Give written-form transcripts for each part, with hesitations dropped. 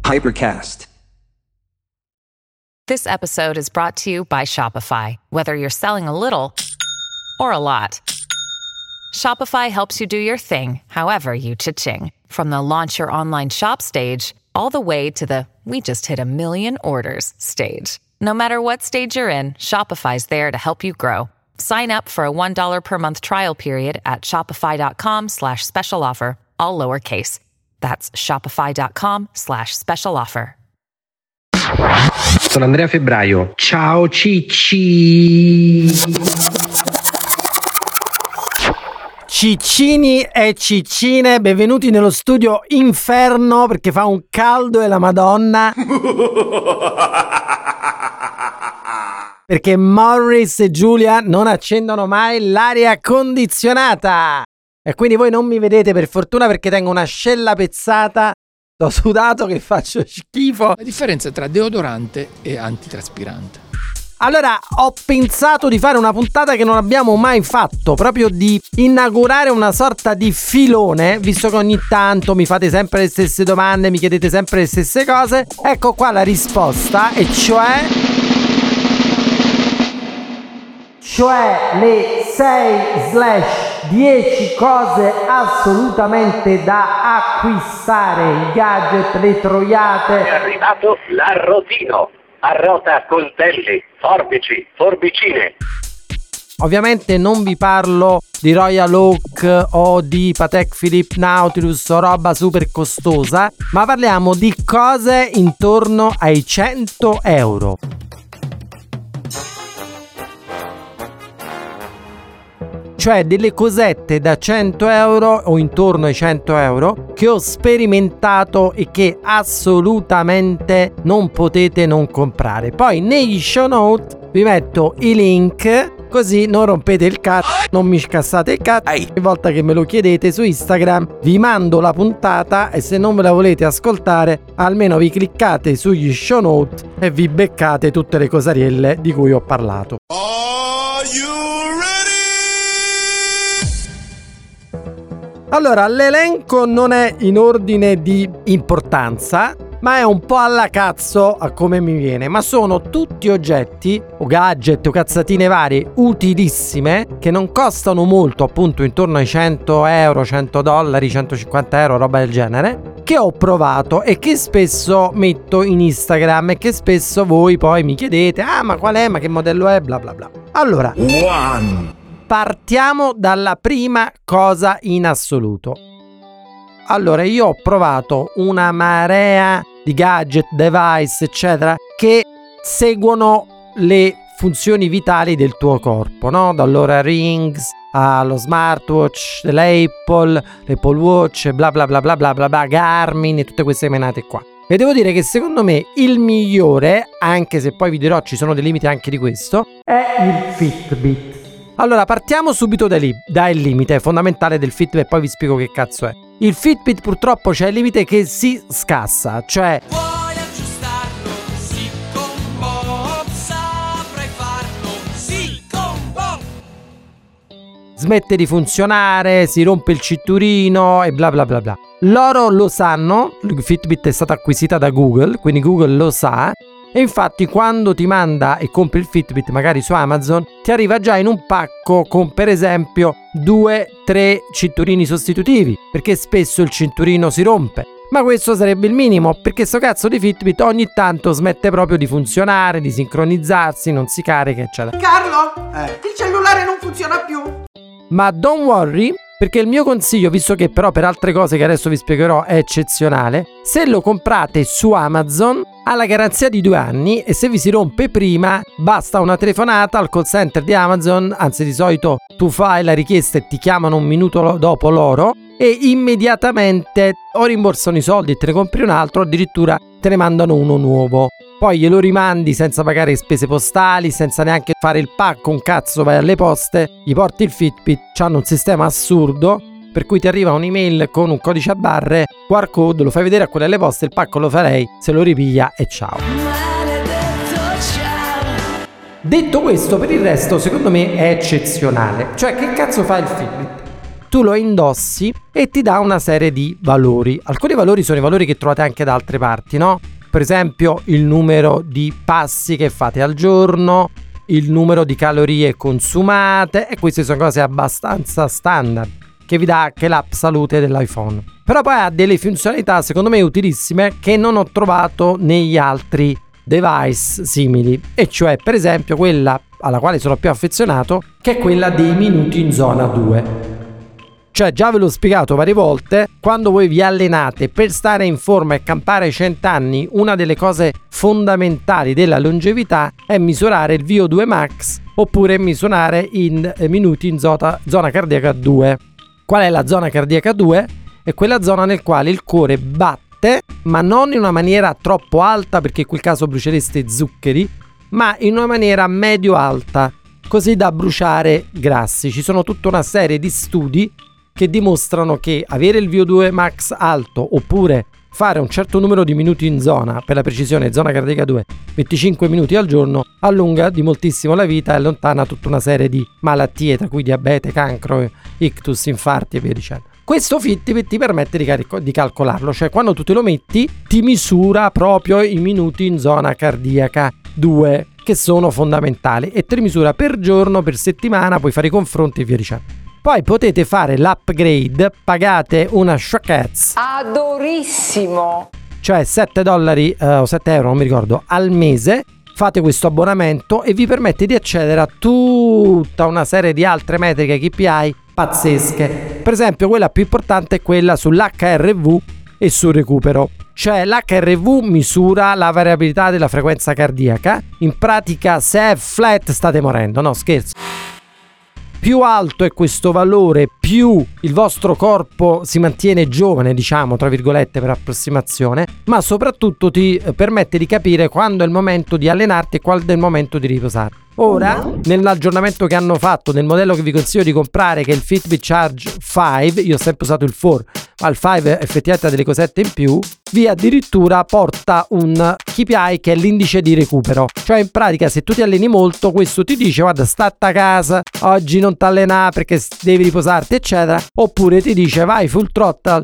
Hypercast. This episode is brought to you by Shopify. Whether you're selling a little or a lot, Shopify helps you do your thing, however you cha-ching. From the launch your online shop stage, all the way to the we just hit 1 million orders stage. No matter what stage you're in, Shopify's there to help you grow. Sign up for a $1 per month trial period at shopify.com/special offer, all lowercase. That's shopify.com/special offer. Sono Andrea Febbraio. Ciao Cicci. Ciccini e ciccine, benvenuti nello studio Inferno perché fa un caldo e la Madonna. Perché Morris e Giulia non accendono mai l'aria condizionata. E quindi voi non mi vedete per fortuna perché tengo un'ascella pezzata. Ho sudato che faccio schifo. La differenza tra deodorante e antitraspirante. Allora, ho pensato di fare una puntata che non abbiamo mai fatto, proprio di inaugurare una sorta di filone, visto che ogni tanto mi fate sempre le stesse domande, mi chiedete sempre le stesse cose. Ecco qua la risposta, e cioè le 6/10 cose assolutamente da acquistare, i gadget, le troiate. È arrivato l'arrotino, arrota coltelli, forbici, forbicine. Ovviamente non vi parlo di Royal Oak o di Patek Philippe Nautilus o roba super costosa, ma parliamo di cose intorno ai 100 euro. Cioè delle cosette da 100 euro o intorno ai 100 euro che ho sperimentato e che assolutamente non potete non comprare. Poi negli show note vi metto i link, così non rompete il cazzo, non mi scassate il cazzo. Ogni volta che me lo chiedete su Instagram vi mando la puntata, e se non ve la volete ascoltare almeno vi cliccate sugli show note e vi beccate tutte le cosarielle di cui ho parlato. Allora, l'elenco non è in ordine di importanza, ma è un po' alla cazzo a come mi viene. Ma sono tutti oggetti o gadget o cazzatine varie utilissime che non costano molto, appunto intorno ai 100 euro, 100 dollari, 150 euro, roba del genere, che ho provato e che spesso metto in Instagram e che spesso voi poi mi chiedete: ah, ma qual è, ma che modello è, bla bla bla. Allora, partiamo dalla prima cosa in assoluto. Allora, io ho provato una marea di gadget, device, eccetera, che seguono le funzioni vitali del tuo corpo, no? Dall'Oura Rings allo smartwatch dell'Apple, l'Apple Watch, bla bla bla bla bla bla bla, Garmin e tutte queste menate qua. E devo dire che secondo me il migliore, anche se poi vi dirò ci sono dei limiti anche di questo, è il Fitbit. Allora, partiamo subito dal limite fondamentale del Fitbit e poi vi spiego che cazzo è. Il Fitbit purtroppo c'è il limite che si scassa, cioè Vuoi aggiustarlo? Sì, con Bob saprai farlo. Sì, con Bob. smette di funzionare, si rompe il cinturino e bla bla bla bla. Loro lo sanno, il Fitbit è stata acquisita da Google, quindi Google lo sa. E infatti quando ti manda e compri il Fitbit magari su Amazon ti arriva già in un pacco con per esempio 2-3 cinturini sostitutivi, perché spesso il cinturino si rompe. Ma questo sarebbe il minimo, perché sto cazzo di Fitbit ogni tanto smette proprio di funzionare, di sincronizzarsi, non si carica eccetera. Carlo, il cellulare non funziona più. Ma don't worry, perché il mio consiglio, visto che però per altre cose che adesso vi spiegherò è eccezionale, se lo comprate su Amazon ha la garanzia di 2 anni e se vi si rompe prima basta una telefonata al call center di Amazon, anzi di solito tu fai la richiesta e ti chiamano un minuto dopo loro e immediatamente o rimborsano i soldi e te ne compri un altro o addirittura te ne mandano uno nuovo. Poi glielo rimandi senza pagare spese postali, senza neanche fare il pacco, un cazzo, vai alle poste, gli porti il Fitbit, c'hanno un sistema assurdo per cui ti arriva un'email con un codice a barre, QR code, lo fai vedere a quelle alle poste, il pacco lo fa lei, se lo ripiglia e ciao. Detto questo, per il resto secondo me è eccezionale. Cioè, che cazzo fa il Fitbit? tu lo indossi e ti dà una serie di valori. Alcuni valori sono i valori che trovate anche da altre parti, no? Per esempio il numero di passi che fate al giorno, il numero di calorie consumate, e queste sono cose abbastanza standard che vi dà anche l'app salute dell'iPhone. Però poi ha delle funzionalità secondo me utilissime che non ho trovato negli altri device simili, e cioè per esempio quella alla quale sono più affezionato, che è quella dei minuti in zona 2. Cioè, già ve l'ho spiegato varie volte, quando voi vi allenate per stare in forma e campare 100 anni, una delle cose fondamentali della longevità è misurare il VO2 max oppure misurare in minuti in zona cardiaca 2. Qual è la zona cardiaca 2? È quella zona nel quale il cuore batte, ma non in una maniera troppo alta, perché in quel caso brucereste zuccheri, ma in una maniera medio-alta, così da bruciare grassi. Ci sono tutta una serie di studi che dimostrano che avere il VO2 max alto oppure fare un certo numero di minuti in zona, per la precisione zona cardiaca 2, 25 minuti al giorno, allunga di moltissimo la vita e allontana tutta una serie di malattie, tra cui diabete, cancro, ictus, infarti e via dicendo. Questo Fitbit ti permette di calcolarlo, cioè quando tu te lo metti ti misura proprio i minuti in zona cardiaca 2, che sono fondamentali, e te li misura per giorno, per settimana, puoi fare i confronti e via dicendo. Poi potete fare l'upgrade, pagate una sciocchezza, adorissimo, cioè $7 o 7 euro, non mi ricordo, al mese. Fate questo abbonamento e vi permette di accedere a tutta una serie di altre metriche KPI pazzesche. Per esempio quella più importante è quella sull'HRV e sul recupero. Cioè l'HRV misura la variabilità della frequenza cardiaca. In pratica se è flat state morendo, no scherzo. Più alto è questo valore, più il vostro corpo si mantiene giovane, diciamo, tra virgolette, per approssimazione, ma soprattutto ti permette di capire quando è il momento di allenarti e quando è il momento di riposare. Ora, nell'aggiornamento che hanno fatto, nel modello che vi consiglio di comprare, che è il Fitbit Charge 5, io ho sempre usato il 4, ma il 5 effettivamente ha delle cosette in più, vi addirittura porta un KPI che è l'indice di recupero. Cioè in pratica se tu ti alleni molto, questo ti dice guarda state a casa, oggi non ti allenare perché devi riposarti eccetera, oppure ti dice vai full throttle,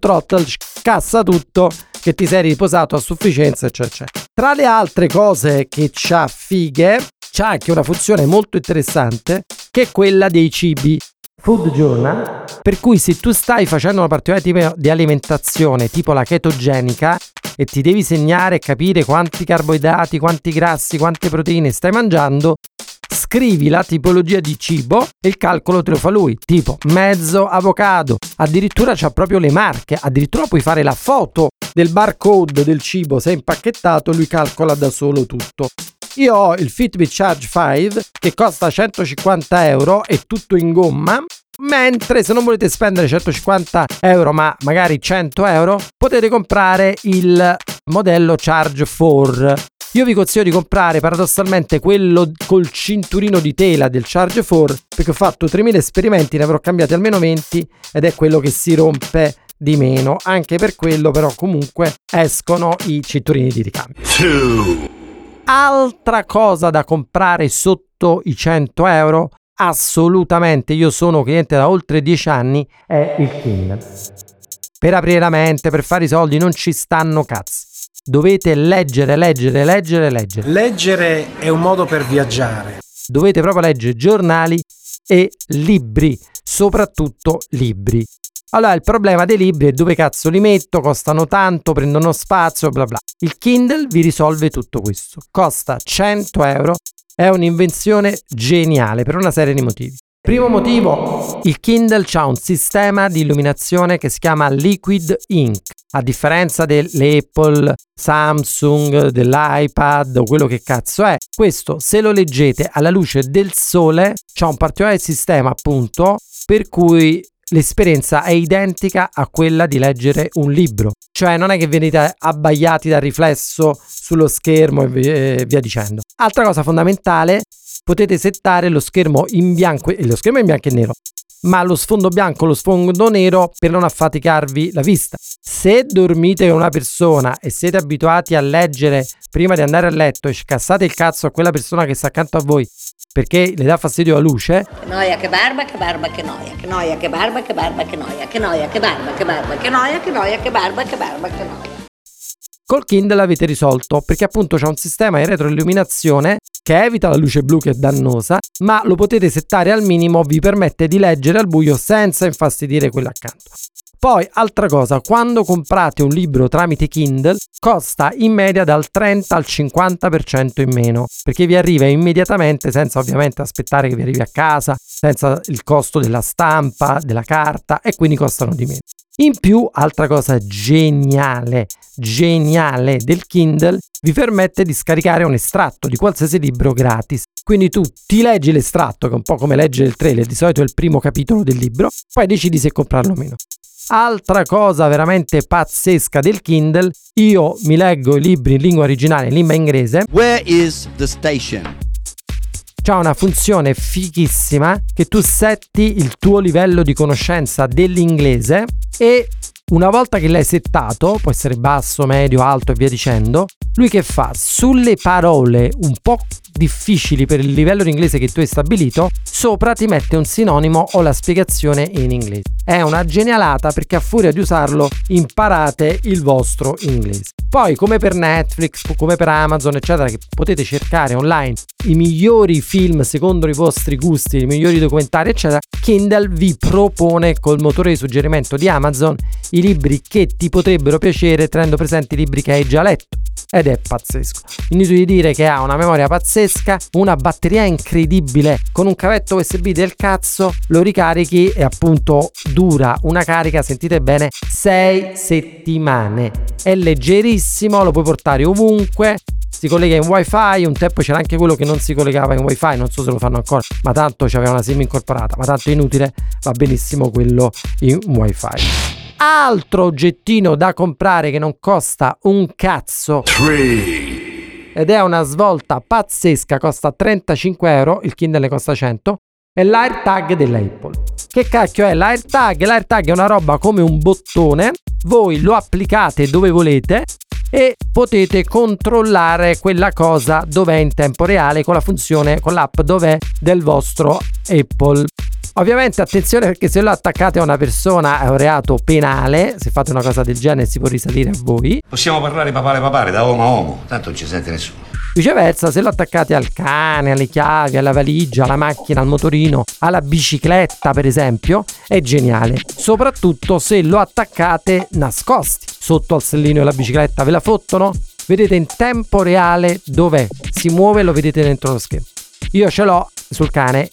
cassa tutto che ti sei riposato a sufficienza eccetera. Tra le altre cose che c'ha fighe, c'ha anche una funzione molto interessante che è quella dei cibi. Food Journal, per cui se tu stai facendo una particolare tipo di alimentazione tipo la chetogenica e ti devi segnare e capire quanti carboidrati, quanti grassi, quante proteine stai mangiando, scrivi la tipologia di cibo e il calcolo te lo fa lui, tipo mezzo avocado, addirittura c'ha proprio le marche, addirittura puoi fare la foto del barcode del cibo se è impacchettato, lui calcola da solo tutto. Io ho il Fitbit Charge 5 che costa 150 euro e tutto in gomma, mentre se non volete spendere 150 euro ma magari 100 euro potete comprare il modello Charge 4. Io vi consiglio di comprare paradossalmente quello col cinturino di tela del Charge 4 perché ho fatto 3000 esperimenti, ne avrò cambiati almeno 20 ed è quello che si rompe di meno, anche per quello però comunque escono i cinturini di ricambio. Altra cosa da comprare sotto i 100 euro, assolutamente, io sono cliente da oltre 10 anni, è il Kindle. Per aprire la mente, per fare i soldi non ci stanno cazzi. Dovete leggere. Leggere è un modo per viaggiare. Dovete proprio leggere giornali e libri, soprattutto libri. Allora il problema dei libri è dove cazzo li metto, costano tanto, prendono spazio, bla bla. Il Kindle vi risolve tutto questo. Costa 100 euro, è un'invenzione geniale per una serie di motivi. Primo motivo, il Kindle ha un sistema di illuminazione che si chiama Liquid Ink. A differenza dell'Apple, Samsung, dell'iPad o quello che cazzo è, questo se lo leggete alla luce del sole c'ha un particolare sistema appunto per cui l'esperienza è identica a quella di leggere un libro, cioè non è che venite abbagliati dal riflesso sullo schermo e via dicendo. Altra cosa fondamentale, potete settare lo schermo in bianco e nero. ma lo sfondo bianco, lo sfondo nero per non affaticarvi la vista. Se dormite con una persona e siete abituati a leggere prima di andare a letto e scassate il cazzo a quella persona che sta accanto a voi perché le dà fastidio la luce, che noia, che barba, che barba, che noia, che noia, che barba, che barba, che noia, che noia, che barba, che barba, che noia, che noia, che barba, che barba, che noia. Col Kindle avete risolto, perché appunto c'è un sistema di retroilluminazione che evita la luce blu che è dannosa, ma lo potete settare al minimo, vi permette di leggere al buio senza infastidire quello accanto. Poi, altra cosa, quando comprate un libro tramite Kindle costa in media dal 30 al 50% in meno, perché vi arriva immediatamente senza ovviamente aspettare che vi arrivi a casa, senza il costo della stampa, della carta, e quindi costano di meno. In più, altra cosa geniale del Kindle, vi permette di scaricare un estratto di qualsiasi libro gratis. Quindi tu ti leggi l'estratto, che è un po' come leggere il trailer, di solito è il primo capitolo del libro, poi decidi se comprarlo o meno. Altra cosa veramente pazzesca del Kindle, io mi leggo i libri in lingua originale, in lingua inglese. Where is the station? C'ha una funzione fighissima che tu setti il tuo livello di conoscenza dell'inglese e una volta che l'hai settato, può essere basso, medio, alto e via dicendo, lui che fa? Sulle parole un po' difficili per il livello di inglese che tu hai stabilito, sopra ti mette un sinonimo o la spiegazione in inglese. È una genialata perché a furia di usarlo imparate il vostro inglese. Poi, come per Netflix, come per Amazon eccetera, che potete cercare online i migliori film secondo i vostri gusti, i migliori documentari eccetera, Kindle vi propone col motore di suggerimento di Amazon i libri che ti potrebbero piacere tenendo presenti i libri che hai già letto. Ed è pazzesco. Inutile di dire che ha una memoria pazzesca, una batteria incredibile, con un cavetto USB del cazzo lo ricarichi e appunto dura una carica, sentite bene, 6 settimane. È leggerissimo, lo puoi portare ovunque, si collega in wifi, un tempo c'era anche quello che non si collegava in wifi, non so se lo fanno ancora, ma tanto c'aveva una SIM incorporata, ma tanto è inutile, va benissimo quello in wifi. Altro oggettino da comprare che non costa un cazzo ed è una svolta pazzesca, costa 35 euro, il Kindle ne costa 100, è l'AirTag dell'Apple. Che cacchio è l'AirTag? L'AirTag è una roba come un bottone, voi lo applicate dove volete e potete controllare quella cosa dov'è in tempo reale con la funzione, con l'app dov'è del vostro Apple. Ovviamente attenzione, perché se lo attaccate a una persona è un reato penale, se fate una cosa del genere si può risalire a voi. Possiamo parlare papale da uomo a uomo, tanto non ci sente nessuno. Viceversa, se lo attaccate al cane, alle chiavi, alla valigia, alla macchina, al motorino, alla bicicletta per esempio, è geniale. Soprattutto se lo attaccate nascosti, sotto al sellino della bicicletta, ve la fottono? Vedete in tempo reale dov'è, si muove, lo vedete dentro lo schermo. Io ce l'ho sul cane.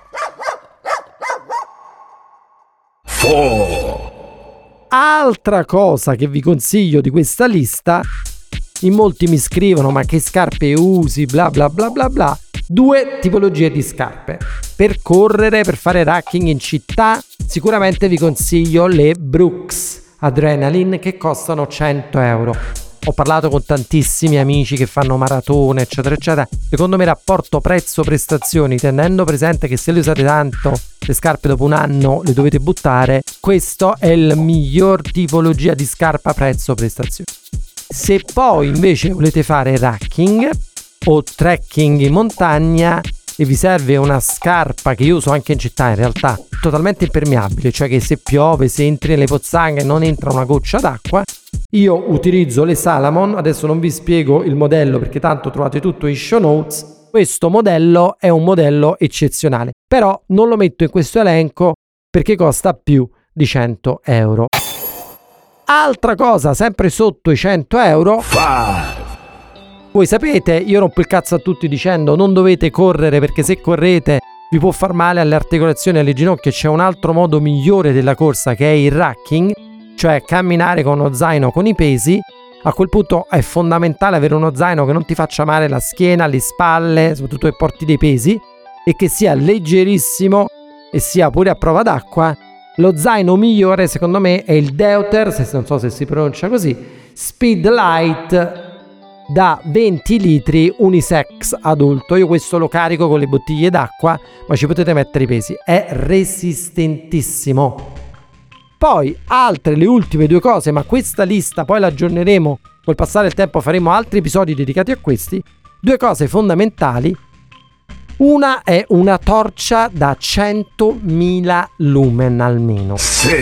Altra cosa che vi consiglio di questa lista, in molti mi scrivono ma che scarpe usi, bla bla bla bla bla. 2 tipologie di scarpe per correre, per fare racking in città. Sicuramente vi consiglio le Brooks Adrenaline che costano 100 euro. Ho parlato con tantissimi amici che fanno maratone eccetera eccetera. Secondo me rapporto prezzo prestazioni, tenendo presente che se le usate tanto le scarpe dopo un anno le dovete buttare, questo è la miglior tipologia di scarpa prezzo prestazioni. Se poi invece volete fare racking o trekking in montagna e vi serve una scarpa che io uso anche in città in realtà, totalmente impermeabile, cioè che se piove, se entri nelle pozzanghe non entra una goccia d'acqua, io utilizzo le Salomon. Adesso non vi spiego il modello perché tanto trovate tutto in show notes. Questo modello è un modello eccezionale, però non lo metto in questo elenco perché costa più di 100 euro. Altra cosa, sempre sotto i 100 euro. Voi sapete, io rompo il cazzo a tutti dicendo non dovete correre perché se correte vi può far male alle articolazioni e alle ginocchia. C'è un altro modo migliore della corsa che è il racking, cioè camminare con uno zaino con i pesi. A quel punto è fondamentale avere uno zaino che non ti faccia male la schiena, le spalle, soprattutto che porti dei pesi e che sia leggerissimo e sia pure a prova d'acqua. Lo zaino migliore secondo me è il Deuter, non so se si pronuncia così, Speedlite da 20 litri unisex adulto. Io questo lo carico con le bottiglie d'acqua, ma ci potete mettere i pesi. È resistentissimo. Poi le ultime 2 cose, ma questa lista poi la aggiorneremo col passare del tempo, faremo altri episodi dedicati a questi. 2 cose fondamentali. Una è una torcia da 100.000 lumen almeno.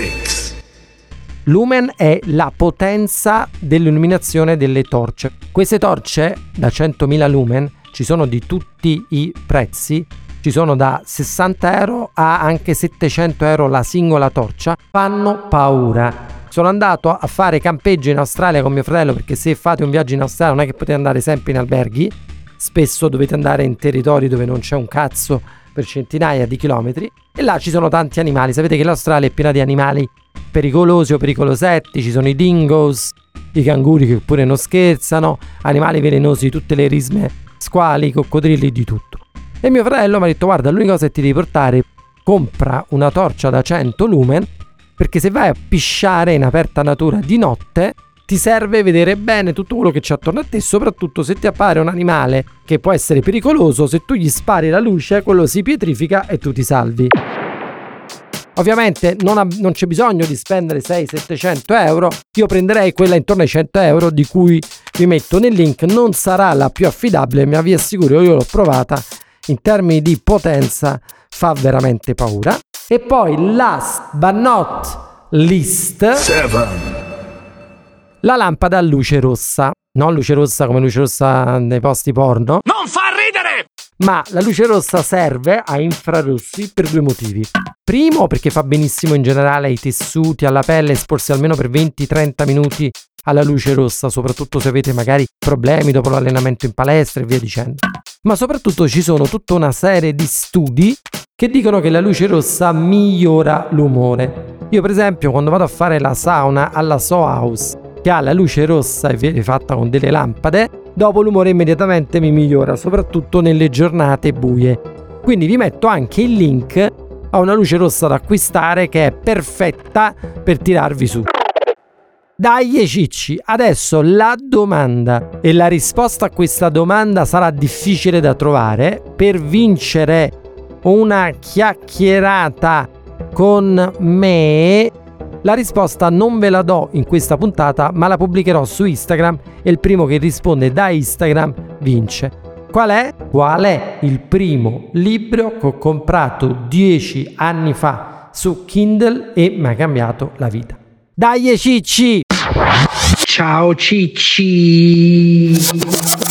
Lumen è la potenza dell'illuminazione delle torce. Queste torce da 100.000 lumen ci sono di tutti i prezzi, ci sono da 60 euro a anche 700 euro la singola torcia, fanno paura. Sono andato a fare campeggio in Australia con mio fratello, perché se fate un viaggio in Australia non è che potete andare sempre in alberghi, spesso dovete andare in territori dove non c'è un cazzo per centinaia di chilometri, e là ci sono tanti animali. Sapete che l'Australia è piena di animali pericolosi o pericolosetti, ci sono i dingoes, i canguri che pure non scherzano, animali velenosi, tutte le risme, squali, coccodrilli, di tutto. E mio fratello mi ha detto: guarda, l'unica cosa che ti devi portare, compra una torcia da 100 lumen, perché se vai a pisciare in aperta natura di notte ti serve vedere bene tutto quello che c'è attorno a te, soprattutto se ti appare un animale che può essere pericoloso. Se tu gli spari la luce, quello si pietrifica e tu ti salvi. Ovviamente non c'è bisogno di spendere 600-700 euro, io prenderei quella intorno ai 100 euro, di cui vi metto nel link. Non sarà la più affidabile, ma vi assicuro, io l'ho provata, in termini di potenza fa veramente paura. E poi last but not least, la lampada a luce rossa. Non luce rossa come luce rossa nei posti porno, Non fa ridere! ma la luce rossa serve a infrarossi per 2 motivi. Primo, perché fa benissimo in generale ai tessuti, alla pelle, esporsi almeno per 20-30 minuti alla luce rossa, soprattutto se avete magari problemi dopo l'allenamento in palestra e via dicendo. Ma soprattutto ci sono tutta una serie di studi che dicono che la luce rossa migliora l'umore. Io per esempio, quando vado a fare la sauna alla Soho House, che ha la luce rossa e viene fatta con delle lampade, dopo l'umore immediatamente mi migliora, soprattutto nelle giornate buie. Quindi vi metto anche il link a una luce rossa da acquistare che è perfetta per tirarvi su. Dai cicci, adesso la domanda, e la risposta a questa domanda sarà difficile da trovare. Per vincere una chiacchierata con me, la risposta non ve la do in questa puntata, ma la pubblicherò su Instagram e il primo che risponde da Instagram vince. Qual è il primo libro che ho comprato 10 anni fa su Kindle e mi ha cambiato la vita? Dai cicci! Ciao cicci!